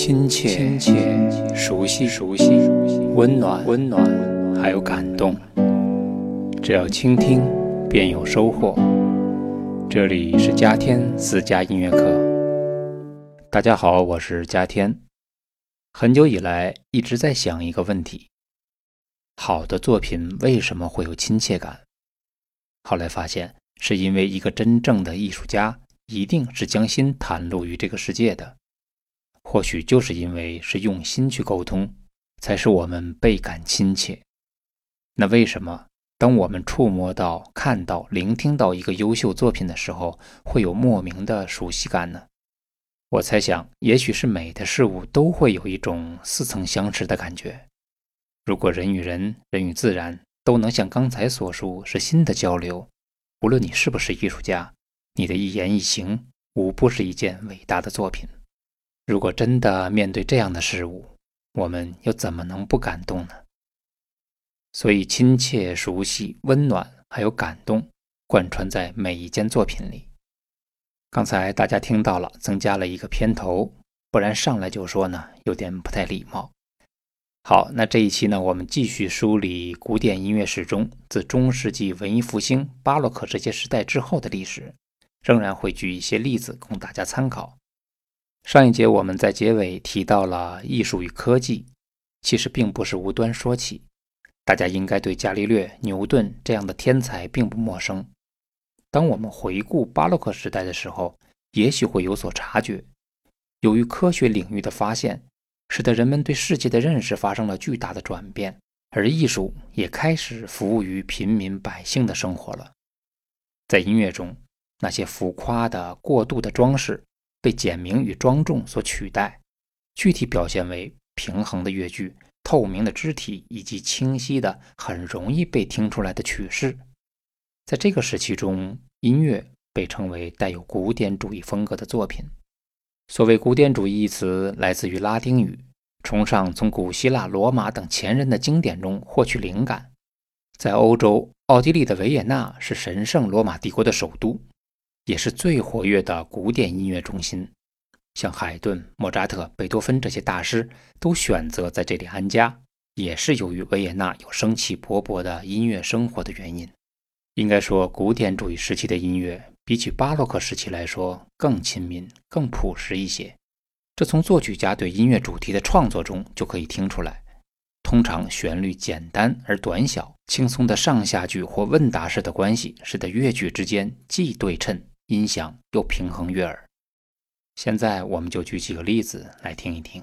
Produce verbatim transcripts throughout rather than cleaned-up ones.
亲切、亲切、熟悉、熟悉、温暖、温暖，还有感动。只要倾听，便有收获。这里是嘉天私家音乐课。大家好，我是嘉天。很久以来一直在想一个问题：好的作品为什么会有亲切感？后来发现，是因为一个真正的艺术家一定是将心袒露于这个世界的。或许就是因为是用心去沟通，才使我们倍感亲切。那为什么当我们触摸到、看到、聆听到一个优秀作品的时候，会有莫名的熟悉感呢？我猜想，也许是美的事物都会有一种似曾相识的感觉。如果人与人、人与自然都能像刚才所述是心的交流，无论你是不是艺术家，你的一言一行无不是一件伟大的作品。如果真的面对这样的事物，我们又怎么能不感动呢？所以亲切、熟悉、温暖还有感动贯穿在每一件作品里。刚才大家听到了，增加了一个片头，不然上来就说呢，有点不太礼貌。好，那这一期呢，我们继续梳理古典音乐史中自中世纪文艺复兴、巴洛克这些时代之后的历史，仍然会举一些例子供大家参考。上一节我们在结尾提到了艺术与科技，其实并不是无端说起，大家应该对伽利略、牛顿这样的天才并不陌生。当我们回顾巴洛克时代的时候，也许会有所察觉，由于科学领域的发现，使得人们对世界的认识发生了巨大的转变，而艺术也开始服务于平民百姓的生活了。在音乐中，那些浮夸的、过度的装饰被简明与庄重所取代，具体表现为平衡的乐句、透明的肢体以及清晰的、很容易被听出来的曲式。在这个时期中，音乐被称为带有古典主义风格的作品。所谓古典主义一词来自于拉丁语，崇尚从古希腊、罗马等前人的经典中获取灵感。在欧洲，奥地利的维也纳是神圣罗马帝国的首都，也是最活跃的古典音乐中心。像海顿、莫扎特、贝多芬这些大师都选择在这里安家，也是由于维也纳有生气勃勃的音乐生活的原因。应该说，古典主义时期的音乐比起巴洛克时期来说更亲民、更朴实一些。这从作曲家对音乐主题的创作中就可以听出来。通常旋律简单而短小，轻松的上下句或问答式的关系，使得乐句之间既对称，音响又平衡悦耳。现在我们就举几个例子来听一听。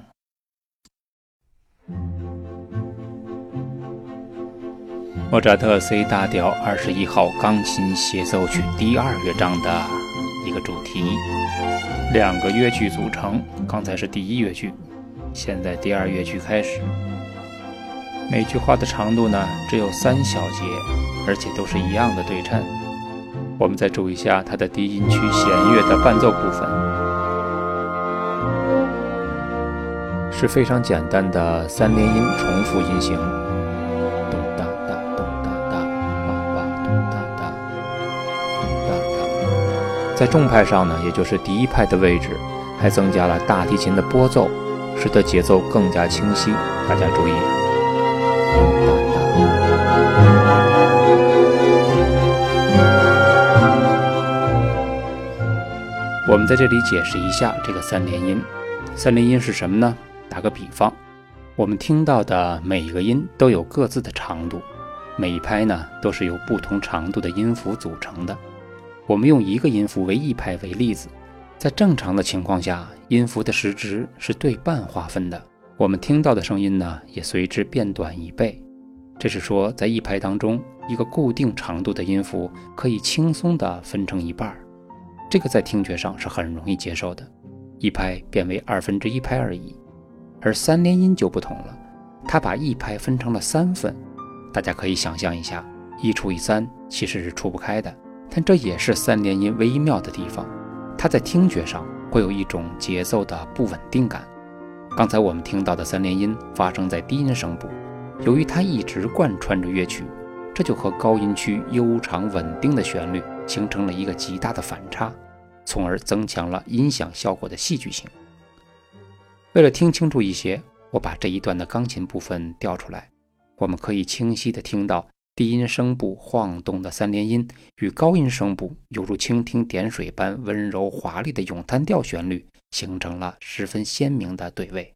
莫扎特 C 大调二十一号钢琴协奏曲第二乐章的一个主题，两个乐句组成，刚才是第一乐句，现在第二乐句开始。每句话的长度呢只有三小节，而且都是一样的对称。我们再注意一下它的低音区弦乐的伴奏部分，是非常简单的三连音重复音型，咚哒哒咚哒哒，哇哇咚哒哒咚哒哒。在重拍上呢，也就是第一拍的位置，还增加了大提琴的拨奏，使得节奏更加清晰。大家注意，咚哒哒。我们在这里解释一下这个三连音。三连音是什么呢？打个比方，我们听到的每一个音都有各自的长度，每一拍呢都是由不同长度的音符组成的。我们用一个音符为一拍为例子，在正常的情况下，音符的时值是对半划分的，我们听到的声音呢也随之变短一倍。这是说，在一拍当中，一个固定长度的音符可以轻松地分成一半，这个在听觉上是很容易接受的，一拍变为二分之一拍而已。而三连音就不同了，它把一拍分成了三份。大家可以想象一下，一除以三其实是除不开的，但这也是三连音微妙的地方，它在听觉上会有一种节奏的不稳定感。刚才我们听到的三连音发生在低音声部，由于它一直贯穿着乐曲，这就和高音区悠长稳定的旋律形成了一个极大的反差，从而增强了音响效果的戏剧性。 为了听清楚一些，我把这一段的钢琴部分调出来，我们可以清晰地听到低音声部晃动的三连音与高音声部犹如蜻蜓点水般温柔华丽的咏叹调旋律形成了十分鲜明的对位。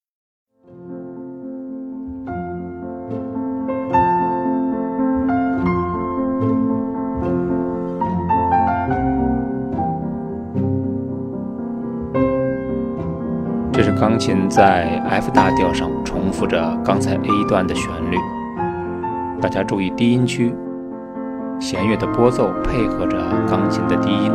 这是钢琴在 F 大调上重复着刚才 A 段的旋律，大家注意低音区，弦乐的拨奏配合着钢琴的低音。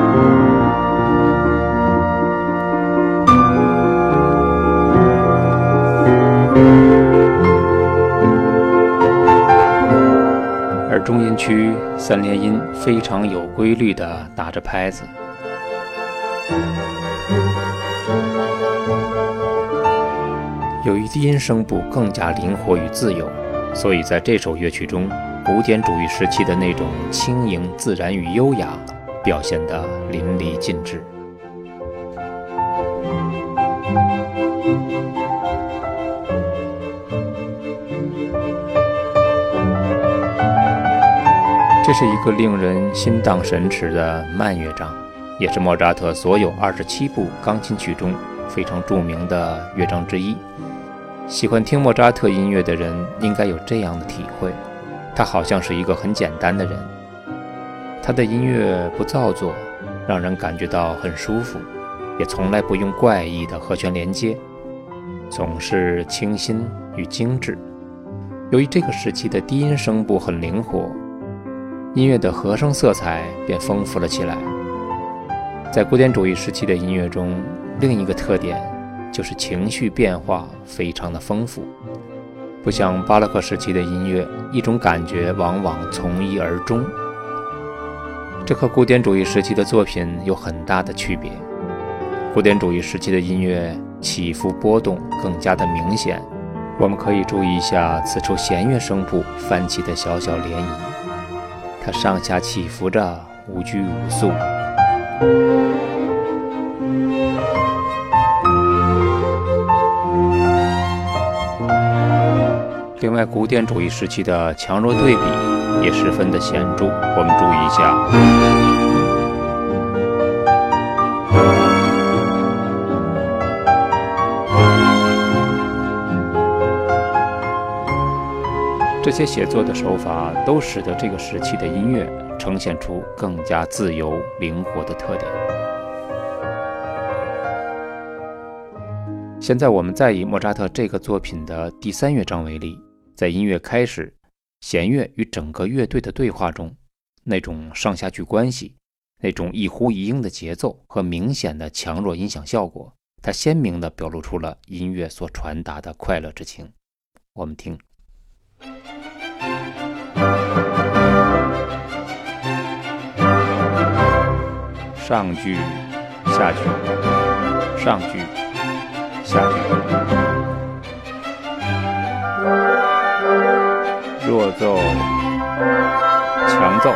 而中音区三连音非常有规律地打着拍子。由于低音声部更加灵活与自由，所以在这首乐曲中，古典主义时期的那种轻盈、自然与优雅表现得淋漓尽致。这是一个令人心荡神驰的慢乐章，也是莫扎特所有二十七部钢琴曲中非常著名的乐章之一。喜欢听莫扎特音乐的人应该有这样的体会，他好像是一个很简单的人，他的音乐不造作，让人感觉到很舒服，也从来不用怪异的和弦连接，总是清新与精致。由于这个时期的低音声部很灵活，音乐的和声色彩便丰富了起来。在古典主义时期的音乐中，另一个特点就是情绪变化非常的丰富，不像巴洛克时期的音乐，一种感觉往往从一而终。这和古典主义时期的作品有很大的区别。古典主义时期的音乐起伏波动更加的明显，我们可以注意一下此处弦乐声部泛起的小小涟漪，它上下起伏着，无拘无束。另外，古典主义时期的强弱对比也十分的显著，我们注意一下。这些写作的手法都使得这个时期的音乐呈现出更加自由灵活的特点。现在我们再以莫扎特这个作品的第三乐章为例，在音乐开始，弦乐与整个乐队的对话中，那种上下句关系，那种一呼一应的节奏和明显的强弱音响效果，它鲜明地表露出了音乐所传达的快乐之情。我们听。上句下句，上句下句，弱奏强奏。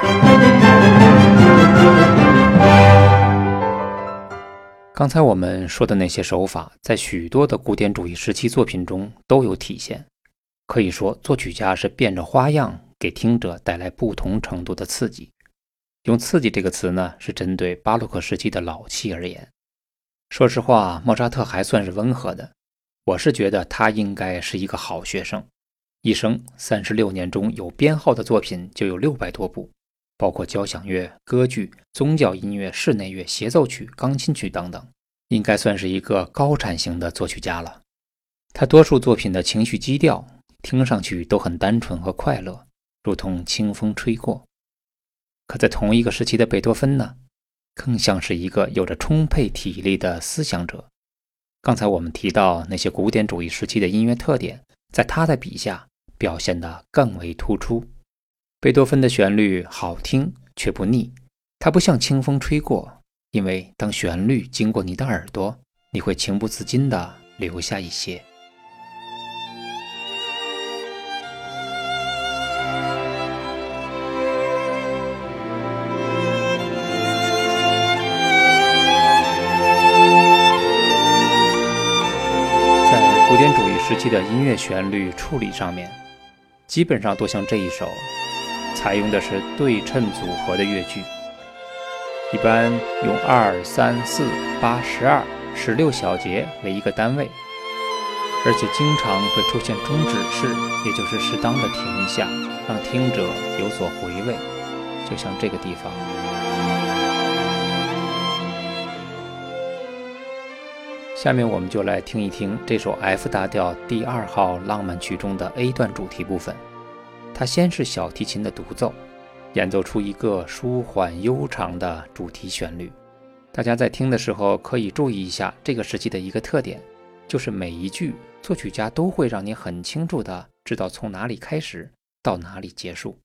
刚才我们说的那些手法，在许多的古典主义时期作品中都有体现。可以说，作曲家是变着花样给听者带来不同程度的刺激。用刺激这个词呢，是针对巴洛克时期的老气而言。说实话，莫扎特还算是温和的，我是觉得他应该是一个好学生。一生三十六年中有编号的作品就有六百多部，包括交响乐、歌剧、宗教音乐、室内乐、协奏曲、钢琴曲等等，应该算是一个高产型的作曲家了。他多数作品的情绪基调听上去都很单纯和快乐，如同清风吹过。可在同一个时期的贝多芬呢，更像是一个有着充沛体力的思想者。刚才我们提到那些古典主义时期的音乐特点，在他的笔下表现得更为突出。贝多芬的旋律好听却不腻，它不像清风吹过，因为当旋律经过你的耳朵，你会情不自禁地留下一些。 古典主义时期的音乐旋律处理上面，基本上都像这一首，采用的是对称组合的乐句，一般用二、三、四、八、十二、十六小节为一个单位，而且经常会出现终止式，也就是适当的停一下，让听者有所回味，就像这个地方。下面我们就来听一听这首 F 大调第二号浪漫曲中的 A 段主题部分。它先是小提琴的独奏，演奏出一个舒缓悠长的主题旋律。大家在听的时候可以注意一下这个时期的一个特点，就是每一句作曲家都会让你很清楚地知道从哪里开始到哪里结束。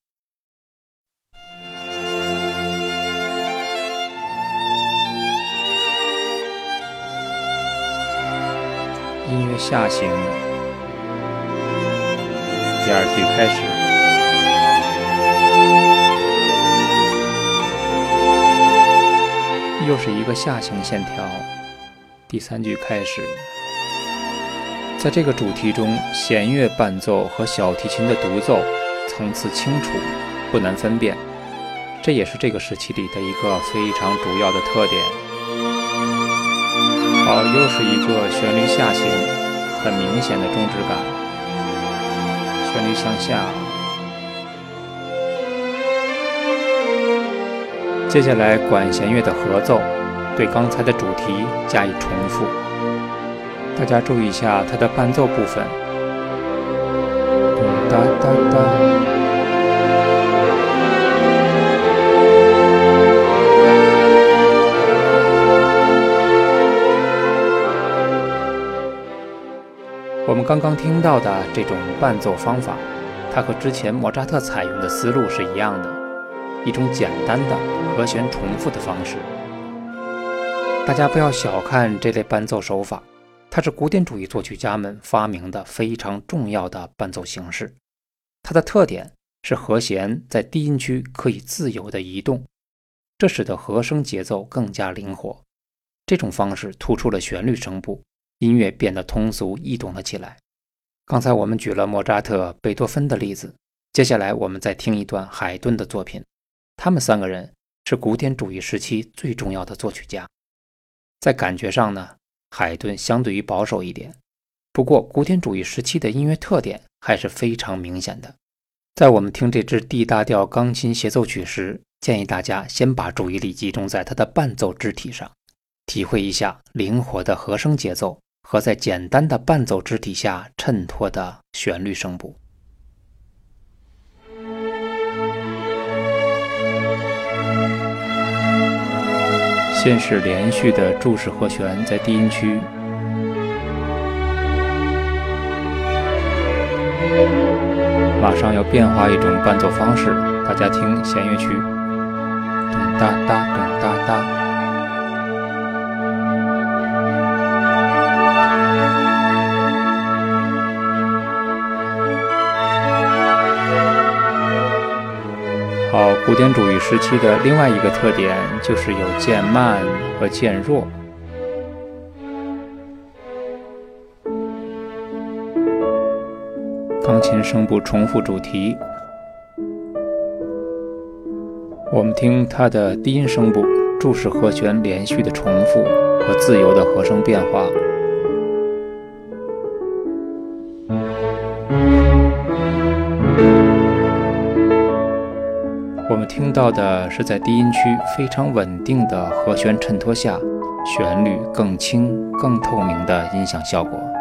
音乐下行，第二句开始，又是一个下行线条，第三句开始。在这个主题中，弦乐伴奏和小提琴的独奏层次清楚，不难分辨，这也是这个时期里的一个非常主要的特点。好，又是一个旋律下行，很明显的终止感，旋律向下。接下来管弦乐的合奏，对刚才的主题加以重复。大家注意一下它的伴奏部分，哒哒哒。我们刚刚听到的这种伴奏方法，它和之前莫扎特采用的思路是一样的，一种简单的和弦重复的方式。大家不要小看这类伴奏手法，它是古典主义作曲家们发明的非常重要的伴奏形式。它的特点是和弦在低音区可以自由地移动，这使得和声节奏更加灵活。这种方式突出了旋律声部，音乐变得通俗易懂了起来。刚才我们举了莫扎特、贝多芬的例子，接下来我们再听一段海顿的作品。他们三个人是古典主义时期最重要的作曲家。在感觉上呢，海顿相对于保守一点，不过古典主义时期的音乐特点还是非常明显的。在我们听这支 D 大调钢琴协奏曲时，建议大家先把注意力集中在它的伴奏肢体上，体会一下灵活的和声节奏和在简单的伴奏肢体下衬托的旋律声部。先是连续的注释和弦在低音区，马上要变化一种伴奏方式，大家听弦乐区，咚哒哒咚哒哒。好，古典主义时期的另外一个特点就是有渐慢和渐弱。钢琴声部重复主题，我们听它的低音声部注释和弦连续的重复和自由的和声变化。我们听到的是在低音区非常稳定的和弦衬托下，旋律更轻更透明的音响效果。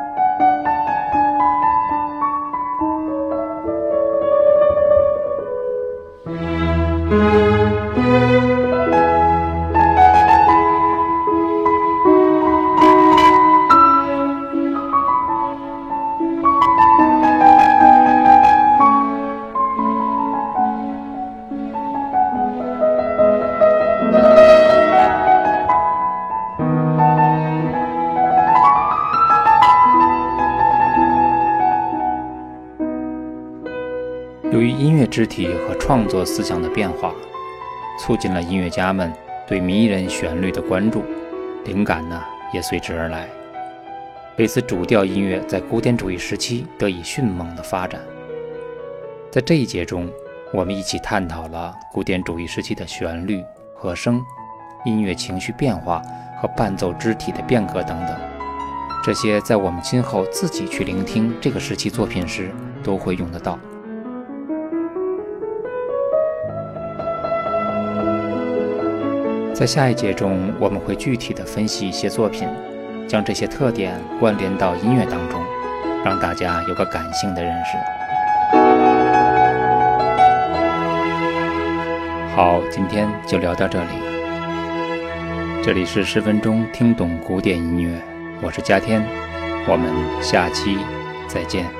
由于音乐肢体和创作思想的变化，促进了音乐家们对迷人旋律的关注，灵感呢也随之而来。 类似主调音乐在古典主义时期得以迅猛的发展。在这一节中，我们一起探讨了古典主义时期的旋律、和声、音乐情绪变化和伴奏肢体的变革等等，这些在我们今后自己去聆听这个时期作品时都会用得到。在下一节中，我们会具体的分析一些作品，将这些特点关联到音乐当中，让大家有个感性的认识。好，今天就聊到这里。这里是十分钟听懂古典音乐，我是嘉天，我们下期再见。